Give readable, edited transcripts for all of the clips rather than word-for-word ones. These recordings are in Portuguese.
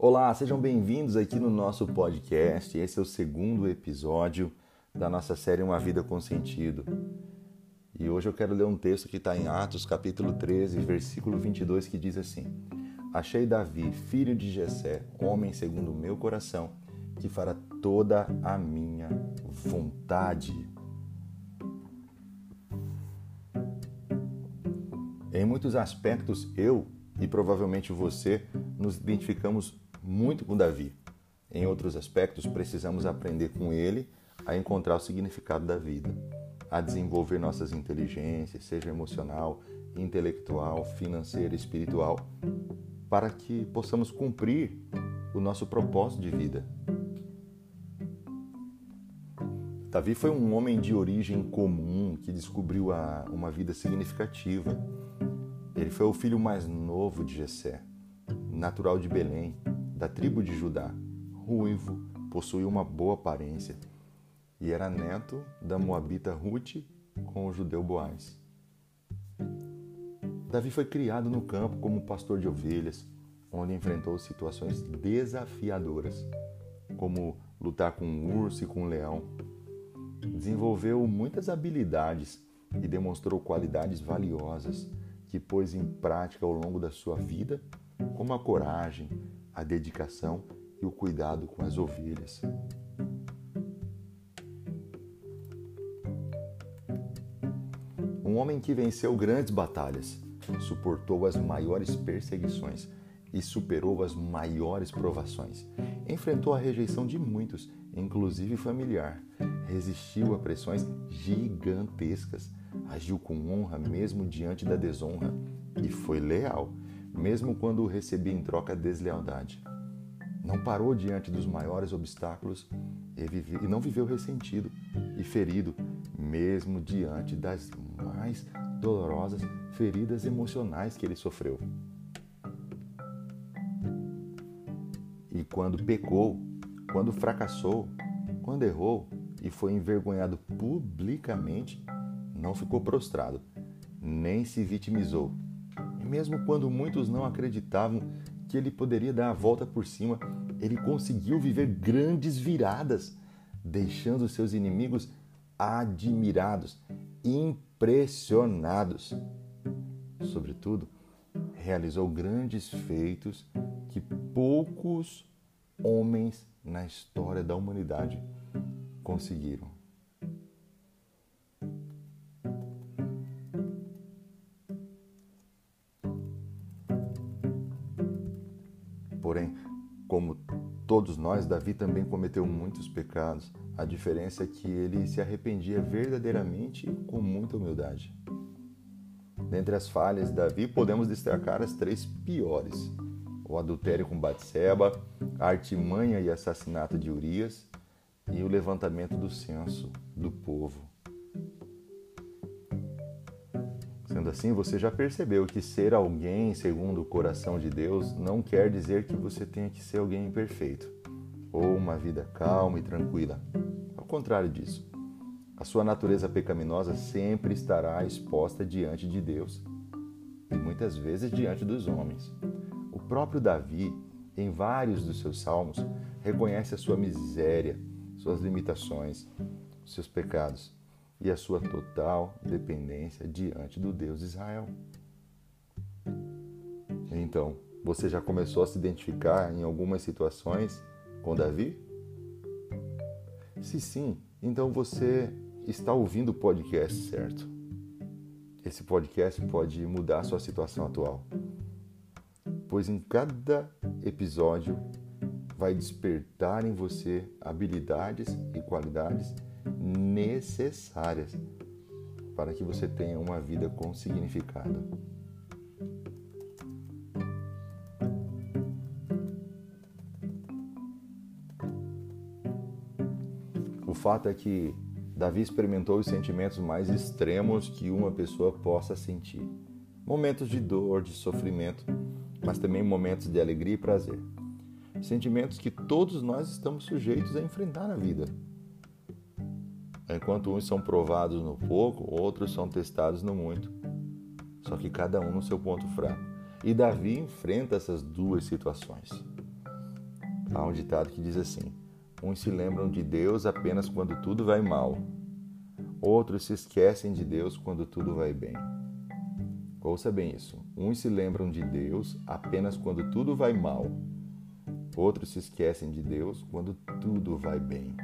Olá, sejam bem-vindos aqui no nosso podcast. Esse é o segundo episódio da nossa série Uma Vida com Sentido. E hoje eu quero ler um texto que está em Atos, capítulo 13, versículo 22, que diz assim: Achei Davi, filho de Jessé, homem segundo o meu coração, que fará toda a minha vontade. Em muitos aspectos, eu e provavelmente você nos identificamos muito com Davi. Em outros aspectos, precisamos aprender com ele a encontrar o significado da vida, a desenvolver nossas inteligências, seja emocional, intelectual, financeira, espiritual, para que possamos cumprir o nosso propósito de vida. Davi foi um homem de origem comum que descobriu uma vida significativa. Ele foi o filho mais novo de Jessé, natural de Belém, da tribo de Judá, ruivo, possuía uma boa aparência e era neto da moabita Ruth com o judeu Boaz. Davi foi criado no campo como pastor de ovelhas, onde enfrentou situações desafiadoras, como lutar com um urso e com um leão. Desenvolveu muitas habilidades e demonstrou qualidades valiosas que pôs em prática ao longo da sua vida, como a coragem, a dedicação e o cuidado com as ovelhas. Um homem que venceu grandes batalhas, suportou as maiores perseguições e superou as maiores provações. Enfrentou a rejeição de muitos, inclusive familiar. Resistiu a pressões gigantescas. Agiu com honra mesmo diante da desonra e foi leal, mesmo quando recebia em troca deslealdade. Não parou diante dos maiores obstáculos e não viveu ressentido e ferido, mesmo diante das mais dolorosas feridas emocionais que ele sofreu. E quando pecou, quando fracassou, quando errou e foi envergonhado publicamente, não ficou prostrado, nem se vitimizou. E mesmo quando muitos não acreditavam que ele poderia dar a volta por cima, ele conseguiu viver grandes viradas, deixando seus inimigos admirados, impressionados. Sobretudo, realizou grandes feitos que poucos homens na história da humanidade conseguiram. Porém, como todos nós, Davi também cometeu muitos pecados. A diferença é que ele se arrependia verdadeiramente e com muita humildade. Dentre as falhas de Davi, podemos destacar as 3 piores: o adultério com Batseba, a artimanha e assassinato de Urias e o levantamento do censo do povo. Sendo assim, você já percebeu que ser alguém segundo o coração de Deus não quer dizer que você tenha que ser alguém perfeito ou uma vida calma e tranquila. Ao contrário disso, a sua natureza pecaminosa sempre estará exposta diante de Deus e muitas vezes diante dos homens. O próprio Davi, em vários dos seus salmos, reconhece a sua miséria, suas limitações, seus pecados e a sua total dependência diante do Deus de Israel. Então, você já começou a se identificar em algumas situações com Davi? Se sim, então você está ouvindo o podcast certo. Esse podcast pode mudar a sua situação atual, pois em cada episódio vai despertar em você habilidades e qualidades necessárias para que você tenha uma vida com significado. O fato é que Davi experimentou os sentimentos mais extremos que uma pessoa possa sentir. Momentos de dor, de sofrimento, mas também momentos de alegria e prazer. Sentimentos que todos nós estamos sujeitos a enfrentar na vida. Enquanto uns são provados no pouco, outros são testados no muito. Só que cada um no seu ponto fraco. E Davi enfrenta essas duas situações. Há um ditado que diz assim: uns se lembram de Deus apenas quando tudo vai mal. Outros se esquecem de Deus quando tudo vai bem. Ouça bem isso. Uns se lembram de Deus apenas quando tudo vai mal. Outros se esquecem de Deus quando tudo vai bem.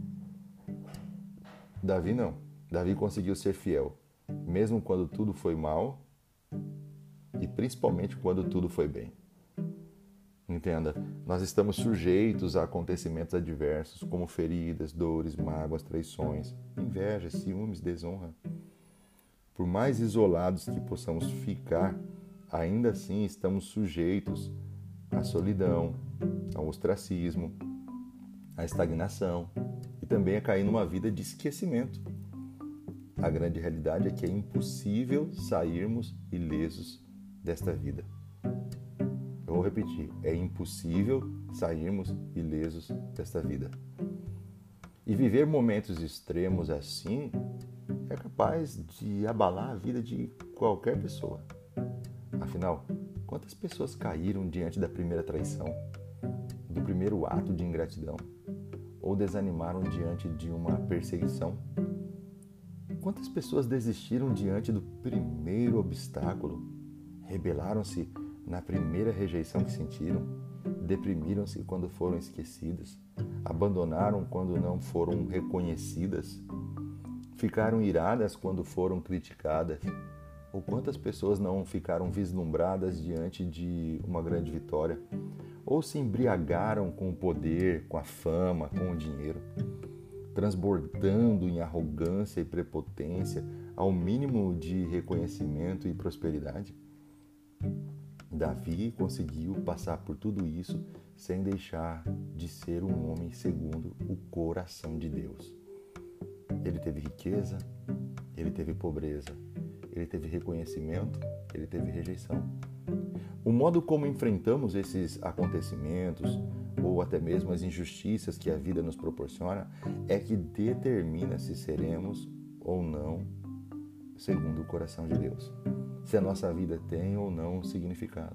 Davi não. Davi conseguiu ser fiel, mesmo quando tudo foi mal e principalmente quando tudo foi bem. Entenda, nós estamos sujeitos a acontecimentos adversos, como feridas, dores, mágoas, traições, inveja, ciúmes, desonra. Por mais isolados que possamos ficar, ainda assim estamos sujeitos à solidão, ao ostracismo, à estagnação e também a cair numa vida de esquecimento. A grande realidade é que é impossível sairmos ilesos desta vida. Eu vou repetir, é impossível sairmos ilesos desta vida. E viver momentos extremos assim é capaz de abalar a vida de qualquer pessoa. Afinal, quantas pessoas caíram diante da primeira traição, do primeiro ato de ingratidão, ou desanimaram diante de uma perseguição? Quantas pessoas desistiram diante do primeiro obstáculo, rebelaram-se na primeira rejeição que sentiram, deprimiram-se quando foram esquecidas, abandonaram quando não foram reconhecidas, ficaram iradas quando foram criticadas? Ou quantas pessoas não ficaram vislumbradas diante de uma grande vitória? Ou se embriagaram com o poder, com a fama, com o dinheiro, transbordando em arrogância e prepotência ao mínimo de reconhecimento e prosperidade? Davi conseguiu passar por tudo isso sem deixar de ser um homem segundo o coração de Deus. Ele teve riqueza, ele teve pobreza, ele teve reconhecimento, ele teve rejeição. O modo como enfrentamos esses acontecimentos, ou até mesmo as injustiças que a vida nos proporciona, é que determina se seremos ou não segundo o coração de Deus. Se a nossa vida tem ou não um significado.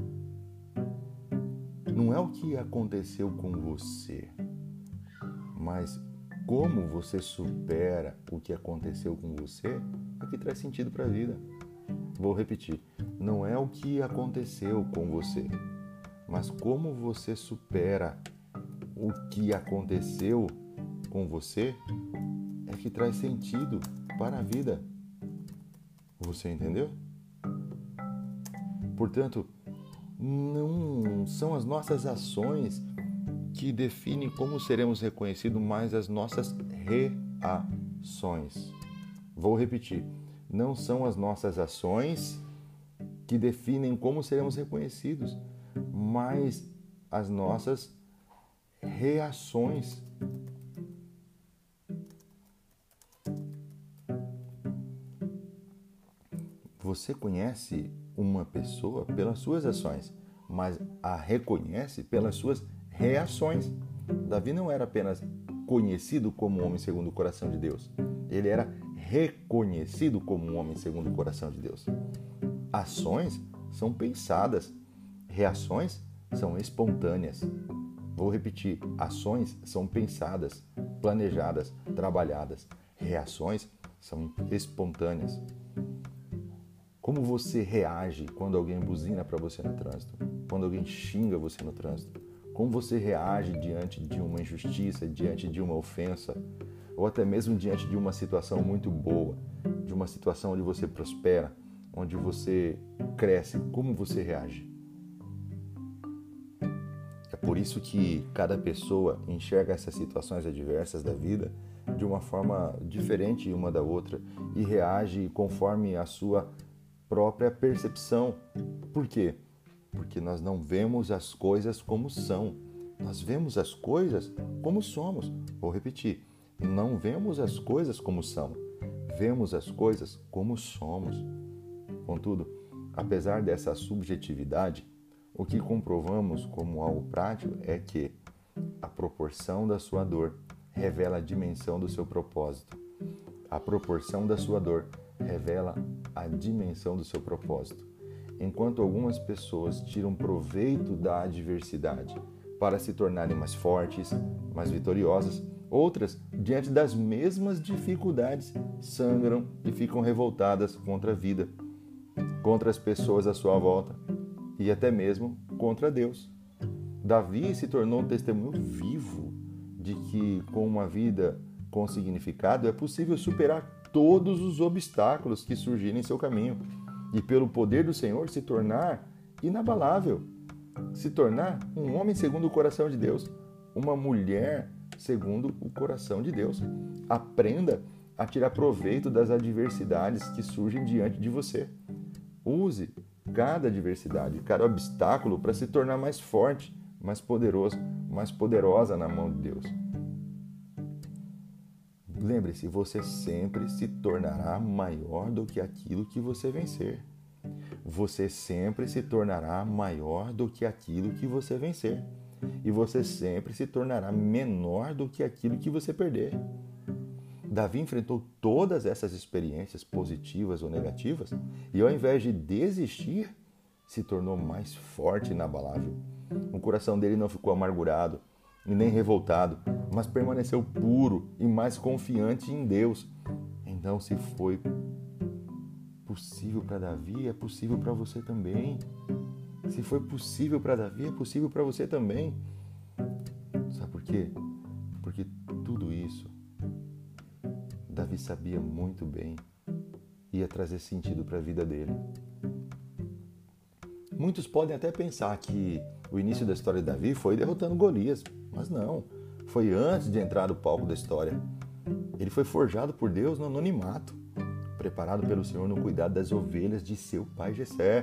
Não é o que aconteceu com você, mas como você supera o que aconteceu com você é que traz sentido para a vida. Vou repetir, não é o que aconteceu com você, mas como você supera o que aconteceu com você é que traz sentido para a vida. Você entendeu? Portanto, não são as nossas ações que definem como seremos reconhecidos, mas as nossas reações. Vou repetir, não são as nossas ações que definem como seremos reconhecidos, mas as nossas reações. Você conhece uma pessoa pelas suas ações, mas a reconhece pelas suas reações. Davi não era apenas conhecido como um homem segundo o coração de Deus, ele era reconhecido como um homem segundo o coração de Deus. Ações são pensadas, reações são espontâneas. Vou repetir, ações são pensadas, planejadas, trabalhadas. Reações são espontâneas. Como você reage quando alguém buzina para você no trânsito? Quando alguém xinga você no trânsito? Como você reage diante de uma injustiça, diante de uma ofensa? Ou até mesmo diante de uma situação muito boa, de uma situação onde você prospera, onde você cresce? Como você reage? É por isso que cada pessoa enxerga essas situações adversas da vida de uma forma diferente uma da outra e reage conforme a sua própria percepção. Por quê? Porque nós não vemos as coisas como são. Nós vemos as coisas como somos. Vou repetir. Não vemos as coisas como são. Vemos as coisas como somos. Contudo, apesar dessa subjetividade, o que comprovamos como algo prático é que a proporção da sua dor revela a dimensão do seu propósito. A proporção da sua dor revela a dimensão do seu propósito. Enquanto algumas pessoas tiram proveito da adversidade para se tornarem mais fortes, mais vitoriosas. Outras, diante das mesmas dificuldades, sangram e ficam revoltadas contra a vida, contra as pessoas à sua volta e até mesmo contra Deus. Davi se tornou um testemunho vivo de que, com uma vida com significado, é possível superar todos os obstáculos que surgirem em seu caminho e, pelo poder do Senhor, se tornar inabalável, se tornar um homem segundo o coração de Deus, uma mulher segundo o coração de Deus. Aprenda a tirar proveito das adversidades que surgem diante de você. Use cada adversidade, cada obstáculo para se tornar mais forte, mais poderoso, mais poderosa na mão de Deus. Lembre-se, você sempre se tornará maior do que aquilo que você vencer. Você sempre se tornará maior do que aquilo que você vencer. E você sempre se tornará menor do que aquilo que você perder. Davi enfrentou todas essas experiências positivas ou negativas e, ao invés de desistir, se tornou mais forte e inabalável. O coração dele não ficou amargurado e nem revoltado, mas permaneceu puro e mais confiante em Deus. Então, se foi possível para Davi, é possível para você também. Se foi possível para Davi, é possível para você também. Sabe por quê? Porque tudo isso, Davi sabia muito bem, ia trazer sentido para a vida dele. Muitos podem até pensar que o início da história de Davi foi derrotando Golias, mas não. Foi antes de entrar no palco da história. Ele foi forjado por Deus no anonimato, preparado pelo Senhor no cuidado das ovelhas de seu pai Jessé,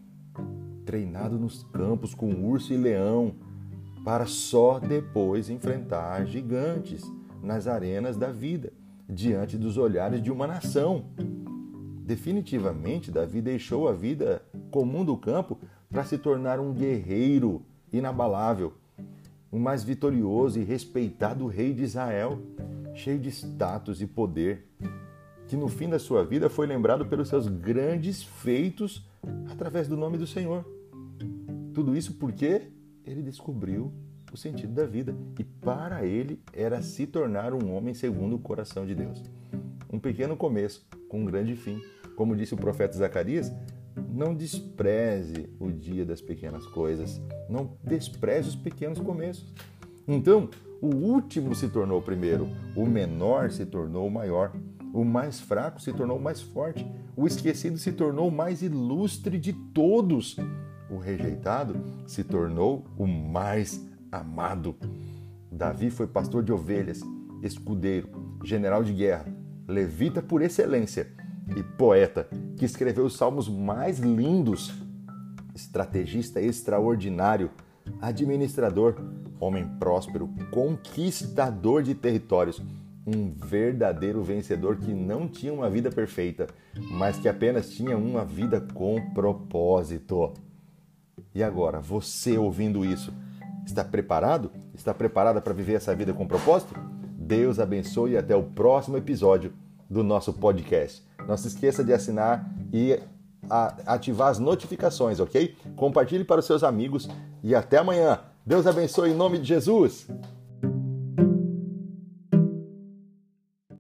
treinado nos campos com urso e leão, para só depois enfrentar gigantes nas arenas da vida, diante dos olhares de uma nação. Definitivamente, Davi deixou a vida comum do campo para se tornar um guerreiro inabalável, o mais vitorioso e respeitado rei de Israel, cheio de status e poder, que no fim da sua vida foi lembrado pelos seus grandes feitos através do nome do Senhor. Tudo isso porque ele descobriu o sentido da vida e para ele era se tornar um homem segundo o coração de Deus. Um pequeno começo com um grande fim. Como disse o profeta Zacarias, não despreze o dia das pequenas coisas, não despreze os pequenos começos. Então, o último se tornou o primeiro, o menor se tornou o maior, o mais fraco se tornou o mais forte, o esquecido se tornou o mais ilustre de todos, o rejeitado se tornou o mais amado. Davi foi pastor de ovelhas, escudeiro, general de guerra, levita por excelência e poeta que escreveu os salmos mais lindos, estrategista extraordinário, administrador, homem próspero, conquistador de territórios, um verdadeiro vencedor que não tinha uma vida perfeita, mas que apenas tinha uma vida com propósito. E agora, você ouvindo isso, está preparado? Está preparada para viver essa vida com propósito? Deus abençoe e até o próximo episódio do nosso podcast. Não se esqueça de assinar e ativar as notificações, ok? Compartilhe para os seus amigos e até amanhã. Deus abençoe em nome de Jesus.